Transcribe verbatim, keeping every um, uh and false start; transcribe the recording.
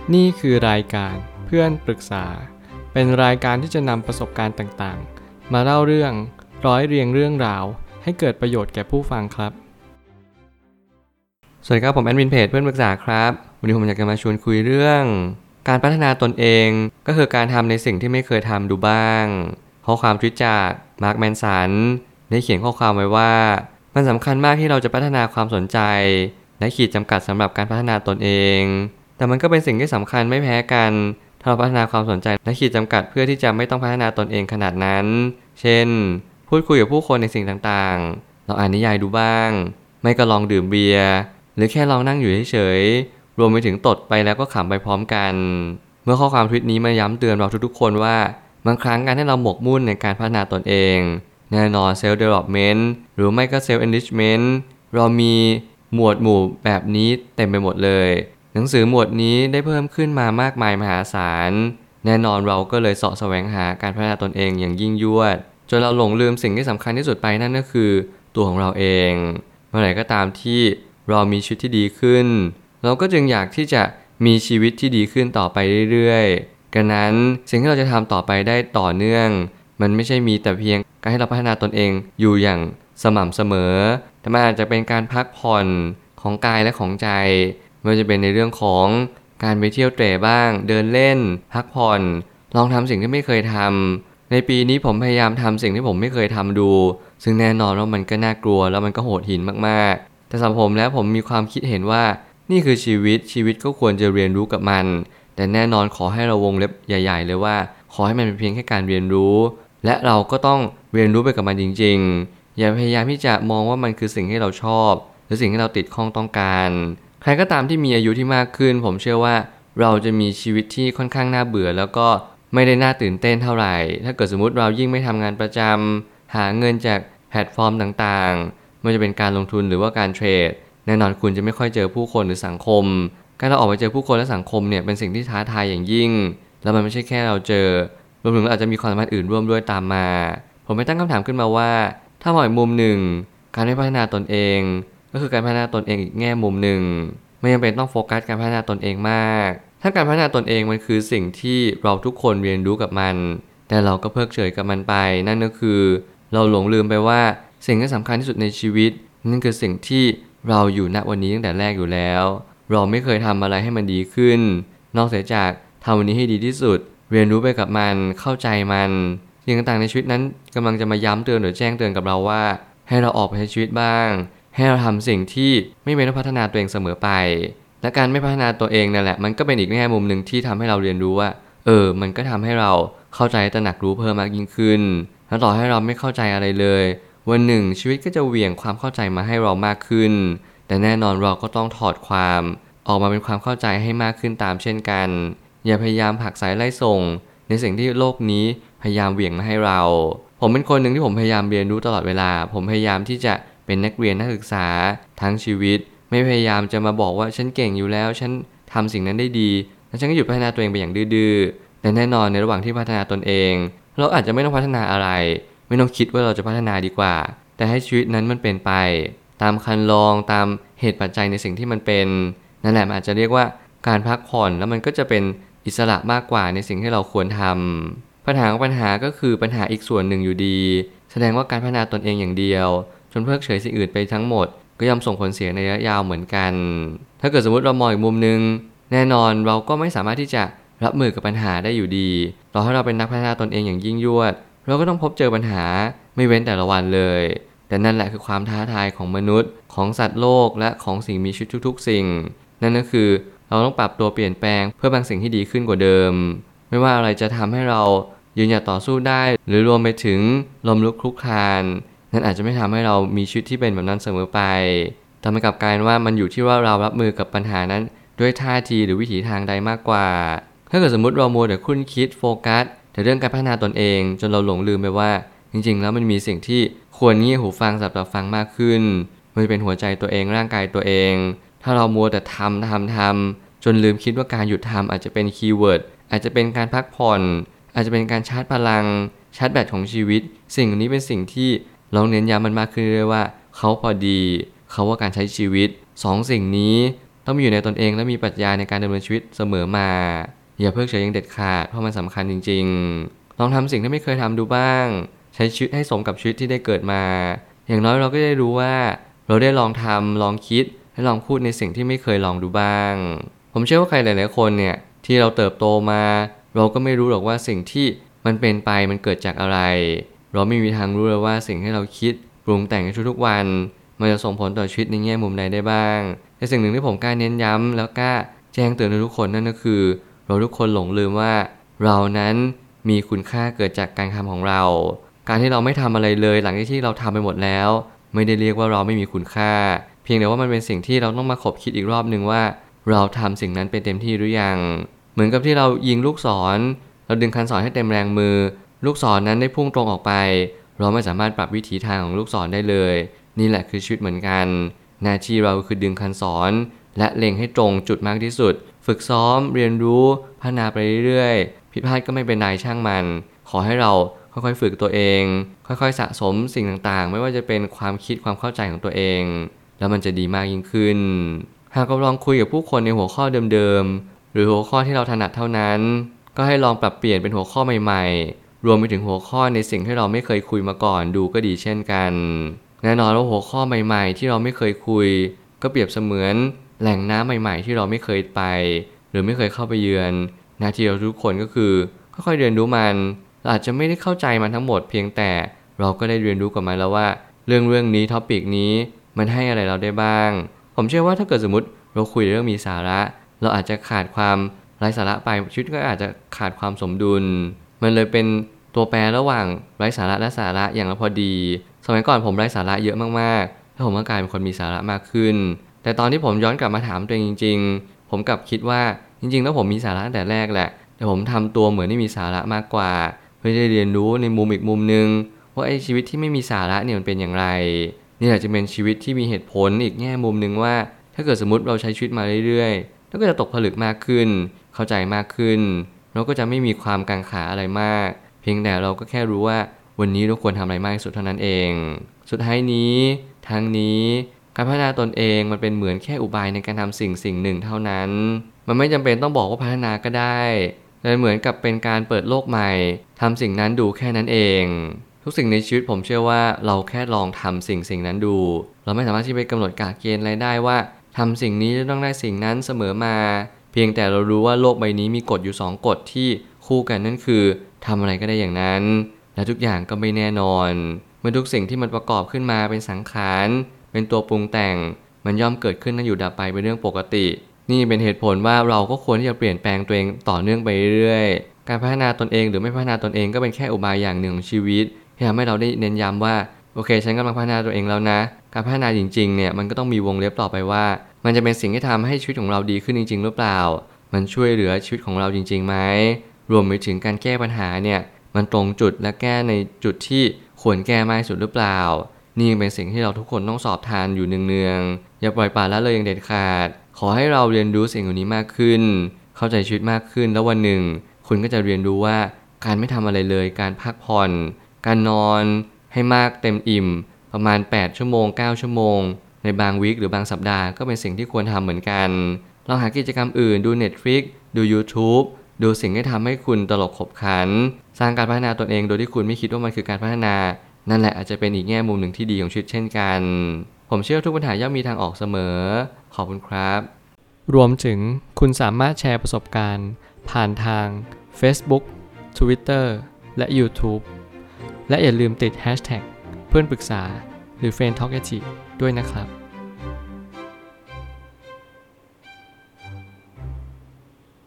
นี่คือรายการเพื่อนปรึกษาเป็นรายการที่จะนำประสบการณ์ต่างๆมาเล่าเรื่องร้อยเรียงเรื่องราวให้เกิดประโยชน์แก่ผู้ฟังครับสวัสดีครับผมแอดมินเพจเพื่อนปรึกษาครับวันนี้ผมอยากจะมาชวนคุยเรื่องการพัฒนาตนเองก็คือการทำในสิ่งที่ไม่เคยทำดูบ้างข้อความทวิตจากมาร์คแมนสันได้เขียนข้อความไว้ว่ามันสำคัญมากที่เราจะพัฒนาความสนใจและขีดจำกัดสำหรับการพัฒนาตนเองแต่มันก็เป็นสิ่งที่สำคัญไม่แพ้กันถ้าเราพัฒนาความสนใจและขีดจำกัดเพื่อที่จะไม่ต้องพัฒนาตนเองขนาดนั้นเช่นพูดคุยกับผู้คนในสิ่งต่างๆเราอ่านนิยายดูบ้างไม่ก็ลองดื่มเบียร์หรือแค่ลองนั่งอยู่เฉยๆรวมไปถึงตดไปแล้วก็ขำไปพร้อมกันเมื่อข้อความทวิตนี้มาย้ำเตือนเราทุกๆคนว่าบางครั้งการให้เราหมกมุ่นในการพัฒนาตนเองแน่นอน self development หรือไม่ก็ self enrichment เรามีหมวดหมู่แบบนี้เต็มไปหมดเลยหนังสือหมวดนี้ได้เพิ่มขึ้นมามากมายมหาศาลแน่นอนเราก็เลยเสาะแสวงหาการพัฒนาตนเองอย่างยิ่งยวดจนเราหลงลืมสิ่งที่สำคัญที่สุดไปนั่นก็คือตัวของเราเองเมื่อไหร่ก็ตามที่เรามีชีวิตที่ดีขึ้นเราก็จึงอยากที่จะมีชีวิตที่ดีขึ้นต่อไปเรื่อยๆกันนั้นสิ่งที่เราจะทำต่อไปได้ต่อเนื่องมันไม่ใช่มีแต่เพียงการให้เราพัฒนาตนเองอยู่อย่างสม่ำเสมอแต่มันอาจจะเป็นการพักผ่อนของกายและของใจไม่ว่าจะเป็นในเรื่องของการไปเที่ยวเตร่บ้างเดินเล่นพักผ่อนลองทำสิ่งที่ไม่เคยทำในปีนี้ผมพยายามทำสิ่งที่ผมไม่เคยทำดูซึ่งแน่นอนว่ามันก็น่ากลัวแล้วมันก็โหดหินมากๆแต่สำหรับผมแล้วผมมีความคิดเห็นว่านี่คือชีวิตชีวิตก็ควรจะเรียนรู้กับมันแต่แน่นอนขอให้เราวงเล็บใหญ่ๆเลยว่าขอให้มันเป็นเพียงแค่การเรียนรู้และเราก็ต้องเรียนรู้ไปกับมันจริงๆอย่าพยายามที่จะมองว่ามันคือสิ่งที่เราชอบหรือสิ่งที่เราติดข้องต้องการใครก็ตามที่มีอายุที่มากขึ้นผมเชื่อว่าเราจะมีชีวิตที่ค่อนข้างน่าเบื่อแล้วก็ไม่ได้น่าตื่นเต้นเท่าไหร่ถ้าเกิดสมมุติเรายิ่งไม่ทำงานประจำหาเงินจากแพลตฟอร์มต่างๆไม่ว่าจะเป็นการลงทุนหรือว่าการเทรดแน่นอนคุณจะไม่ค่อยเจอผู้คนหรือสังคมการเราออกไปเจอผู้คนและสังคมเนี่ยเป็นสิ่งที่ท้าทายอย่างยิ่งแล้วมันไม่ใช่แค่เราเจอรวมถึงเราอาจจะมีความสัมพันธ์อื่นร่วมด้วยตามมาผมไปตั้งคำถามขึ้นมาว่าถ้ามองอีกมุมหนึ่งการไม่พัฒนาตนเองก็คือการพัฒนาตนเองอีกแง่มุมหนึ่งไม่จำเป็นต้องโฟกัสการพัฒนาตนเองมากถ้าการพัฒนาตนเองมันคือสิ่งที่เราทุกคนเรียนรู้กับมันแต่เราก็เพิกเฉยกับมันไปนั่นก็คือเราหลงลืมไปว่าสิ่งที่สำคัญที่สุดในชีวิตนั่นคือสิ่งที่เราอยู่ณวันนี้ตั้งแต่แรกอยู่แล้วเราไม่เคยทำอะไรให้มันดีขึ้นนอกจากทำวันนี้ให้ดีที่สุดเรียนรู้ไปกับมันเข้าใจมันสิ่งต่างๆในชีวิตนั้นกำลังจะมาย้ำเตือนหรือแจ้งเตือนกับเราว่าให้เราออกไปใช้ชีวิตบ้างให้เราทำสิ่งที่ไม่เป็นต้องพัฒนาตัวเองเสมอไปและการไม่พัฒนาตัวเองนั่นแหละมันก็เป็นอีกแง่มุมหนึ่งที่ทำให้เราเรียนรู้ว่าเออมันก็ทำให้เราเข้าใจตระหนักรู้เพิ่มมากยิ่งขึ้นแล้วต่อให้เราไม่เข้าใจอะไรเลยวันหนึ่งชีวิตก็จะเหวี่ยงความเข้าใจมาให้เรามากขึ้นแต่แน่นอนเราก็ต้องถอดความออกมาเป็นความเข้าใจให้มากขึ้นตามเช่นกันอย่าพยายามผลักไสไล่ส่งในสิ่งที่โลกนี้พยายามเหวี่ยงมาให้เราผมเป็นคนหนึ่งที่ผมพยายามเรียนรู้ตลอดเวลาผมพยายามที่จะเป็นนักเรียนนักศึกษาทั้งชีวิตไม่พยายามจะมาบอกว่าฉันเก่งอยู่แล้วฉันทำสิ่งนั้นได้ดีแล้วฉันก็หยุดพัฒนาตัวเองไปอย่างดื้อๆแต่แน่นอนในระหว่างที่พัฒนาตนเองเราอาจจะไม่ต้องพัฒนาอะไรไม่ต้องคิดว่าเราจะพัฒนาดีกว่าแต่ให้ชีวิตนั้นมันเป็นไปตามคันลองตามเหตุปัจจัยในสิ่งที่มันเป็นนั่นแหละมันอาจจะเรียกว่าการพักผ่อนแล้วมันก็จะเป็นอิสระมากกว่าในสิ่งที่เราควรทำปัญหาของปัญหาก็คือปัญหาอีกส่วนหนึ่งอยู่ดีแสดงว่าการพัฒนาตนเองอย่างเดียวจนเพิกเฉยสิ่งอื่นไปทั้งหมดก็ย่อมส่งผลเสียในระยะยาวเหมือนกันถ้าเกิดสมมติเรามองอีกมุมนึงแน่นอนเราก็ไม่สามารถที่จะรับมือกับปัญหาได้อยู่ดีต่อให้เราเป็นนักพัฒนาตนเองอย่างยิ่งยวดเราก็ต้องพบเจอปัญหาไม่เว้นแต่ละวันเลยแต่นั่นแหละคือความท้าทายของมนุษย์ของสัตว์โลกและของสิ่งมีชีวิตทุกๆสิ่งนั่นก็คือเราต้องปรับตัวเปลี่ยนแปลงเพื่อบางสิ่งที่ดีขึ้นกว่าเดิมไม่ว่าอะไรจะทำให้เรายืนหยัดต่อสู้ได้หรือรวมไปถึงล้มลุกคลุกคลานนั่นอาจจะไม่ทำให้เรามีชีวิตที่เป็นแบบนั้นเสมอไปแต่มันกลับกลายว่ามันอยู่ที่ว่าเรารับมือกับปัญหานั้นด้วยท่าทีหรือวิถีทางใดมากกว่าถ้าเกิดสมมติเรามัวแต่คุ้นคิดโฟกัสแต่เรื่องการพัฒนาตนเองจนเราหลงลืมไปว่าจริงๆแล้วมันมีสิ่งที่ควรเงี่ยหูฟังสับตาฟังมากขึ้นมันจะเป็นหัวใจตัวเองร่างกายตัวเองถ้าเรามัวแต่ทำทำทำจนลืมคิดว่าการหยุดทำอาจจะเป็นคีย์เวิร์ดอาจจะเป็นการพักผ่อนอาจจะเป็นการชาร์จพลังชาร์จแบตของชีวิตสิ่งนี้เป็นสิ่งที่เราเน้นย้ำมันมากขึ้นเรื่อยๆว่าเขาพอดีเขาว่าการใช้ชีวิตสองสิ่งนี้ต้องมีอยู่ในตนเองและมีปรัชญาในการดำเนินชีวิตเสมอมาอย่าเพิกเฉยอย่างเด็ดขาดเพราะมันสำคัญจริงๆลองทำสิ่งที่ไม่เคยทำดูบ้างใช้ชีวิตให้สมกับชีวิตที่ได้เกิดมาอย่างน้อยเราก็ได้รู้ว่าเราได้ลองทำลองคิดและลองพูดในสิ่งที่ไม่เคยลองดูบ้างผมเชื่อว่าใครหลายๆคนเนี่ยที่เราเติบโตมาเราก็ไม่รู้หรอกว่าสิ่งที่มันเป็นไปมันเกิดจากอะไรเราไม่มีทางรู้เลยว่าสิ่งที่เราคิดปรุงแต่งในทุกๆวันมันจะส่งผลต่อชีวิตในแง่มุมใดได้บ้างแต่สิ่งหนึ่งที่ผมกล้าเน้นย้ำแล้วกล้าแจ้งเตือนทุกคนนั่นก็คือเราทุกคนหลงลืมว่าเรานั้นมีคุณค่าเกิดจากการทำของเราการที่เราไม่ทำอะไรเลยหลังจากที่เราทำไปหมดแล้วไม่ได้เรียกว่าเราไม่มีคุณค่าเพียงแต่ว่ามันเป็นสิ่งที่เราต้องมาคบคิดอีกรอบนึงว่าเราทำสิ่งนั้นเป็นเต็มที่หรือยังเหมือนกับที่เรายิงลูกศรเราดึงคันศรให้เต็มแรงมือลูกศรนั้นได้พุ่งตรงออกไปเราไม่สามารถปรับวิถีทางของลูกศรได้เลยนี่แหละคือชีวิตเหมือนกันหน้าที่เราคือดึงคันศรและเล็งให้ตรงจุดมากที่สุดฝึกซ้อมเรียนรู้พัฒนาไปเรื่อยๆผิดพลาดก็ไม่เป็นไรช่างมันขอให้เราค่อยๆฝึกตัวเองค่อยๆสะสมสิ่งต่างๆไม่ว่าจะเป็นความคิดความเข้าใจของตัวเองแล้วมันจะดีมากยิ่งขึ้นหากเราลองคุยกับผู้คนในหัวข้อเดิมๆหรือหัวข้อที่เราถนัดเท่านั้นก็ให้ลองปรับเปลี่ยนเป็นหัวข้อใหม่ๆรวมไปถึงหัวข้อในสิ่งที่เราไม่เคยคุยมาก่อนดูก็ดีเช่นกันแน่นอนว่าหัวข้อใหม่ๆที่เราไม่เคยคุยก็เปรียบเสมือนแหล่งน้ำใหม่ๆที่เราไม่เคยไปหรือไม่เคยเข้าไปเยือนหน้าที่เราทุกคนก็คือค่อยๆเรียนรู้มันเราอาจจะไม่ได้เข้าใจมันทั้งหมดเพียงแต่เราก็ได้เรียนรู้กับมันแล้วว่าเรื่องเรื่องนี้ท็อปิกนี้มันให้อะไรเราได้บ้างผมเชื่อว่าถ้าเกิดสมมติเราคุยเรื่องมีสาระเราอาจจะขาดความไร้สาระไปชีวิตก็อาจจะขาดความสมดุลมันเลยเป็นตัวแปรระหว่างไร้สาระและสาระอย่างละพอดีสมัยก่อนผมไร้สาระเยอะมากๆแล้วผมก็กลายเป็นคนมีสาระมากขึ้นแต่ตอนที่ผมย้อนกลับมาถามตัวเองจริงๆผมกลับคิดว่าจริงๆแล้วผมมีสาระตั้งแต่แรกแหละแต่ผมทำตัวเหมือนไม่มีสาระมากกว่าเพื่อได้เรียนรู้ในมุมอีกมุมนึงว่าไอ้ชีวิตที่ไม่มีสาระเนี่ยมันเป็นอย่างไรนี่แหละจะเป็นชีวิตที่มีเหตุผลอีกแง่มุมนึงว่าถ้าเกิดสมมติเราใช้ชีวิตมาเรื่อยๆเราก็จะตกผลึกมากขึ้นเข้าใจมากขึ้นเราก็จะไม่มีความกังขาอะไรมากเพียงแต่เราก็แค่รู้ว่าวันนี้เราควรทำอะไรมากที่สุดเท่านั้นเองสุดท้ายนี้ทั้งนี้การพัฒนาตนเองมันเป็นเหมือนแค่อุบายในการทำสิ่งสิ่งหนึ่งเท่านั้นมันไม่จำเป็นต้องบอกว่าพัฒนาก็ได้แต่เหมือนกับเป็นการเปิดโลกใหม่ทำสิ่งนั้นดูแค่นั้นเองทุกสิ่งในชีวิตผมเชื่อว่าเราแค่ลองทำสิ่งสิ่งนั้นดูเราไม่สามารถที่ไปกำหนดกฎเกณฑ์อะไรได้ว่าทำสิ่งนี้จะต้องได้สิ่งนั้นเสมอมาเพียงแต่เรารู้ว่าโลกใบนี้มีกฎอยู่สองกฎที่คู่กันนั่นคือทำอะไรก็ได้อย่างนั้นและทุกอย่างก็ไม่แน่นอนเมื่อทุกสิ่งที่มันประกอบขึ้นมาเป็นสังขารเป็นตัวปรุงแต่งมันย่อมเกิดขึ้นและอยู่ดับไปเป็นเรื่องปกตินี่เป็นเหตุผลว่าเราก็ควรที่จะเปลี่ยนแปลงตัวเองต่อเนื่องไปเรื่อยๆการพัฒนาตนเองหรือไม่พัฒนาตนเองก็เป็นแค่อุบายอย่างหนึ่งของชีวิตที่ทำให้เราได้เน้นย้ำว่าโอเคฉันกำลังพัฒนาตัวเองแล้วนะการพัฒนาจริงๆเนี่ยมันก็ต้องมีวงเล็บต่อไปว่ามันจะเป็นสิ่งที่ทำให้ชีวิตของเราดีขึ้นจริงๆหรือเปล่ามันช่วยเหลือชีวิตของเราจริงๆไหมรวมไปถึงการแก้ปัญหาเนี่ยมันตรงจุดและแก้ในจุดที่ควรแก้มากที่สุดหรือเปล่านี่เป็นสิ่งที่เราทุกคนต้องสอบทานอยู่เนืองๆอย่าปล่อยปละละเลยอย่างเด็ดขาดขอให้เราเรียนรู้สิ่งเหล่านี้มากขึ้นเข้าใจชีวิตมากขึ้นแล้ววันหนึ่งคุณก็จะเรียนรู้ว่าการไม่ทำอะไรเลยการพักผ่อนการนอนให้มากเต็มอิ่มประมาณแปดชั่วโมงเก้าชั่วโมงในบางวีคหรือบางสัปดาห์ก็เป็นสิ่งที่ควรทำเหมือนกันลองหากิจกรรมอื่นดู Netflix ดู YouTube ดูสิ่งที่ทำให้คุณตลกขบขันสร้างการพัฒนาตนเองโดยที่คุณไม่คิดว่ามันคือการพัฒนานั่นแหละอาจจะเป็นอีกแง่มุมหนึ่งที่ดีของชีวิตเช่นกันผมเชื่อทุกปัญหาย่อมมีทางออกเสมอขอบคุณครับรวมถึงคุณสามารถแชร์ประสบการณ์ผ่านทาง Facebook Twitter และ YouTube และอย่าลืมติด แฮชแท็ก เพื่อนปรึกษาหรือ เฟรนด์ ทอล์ก ด้วยนะครับ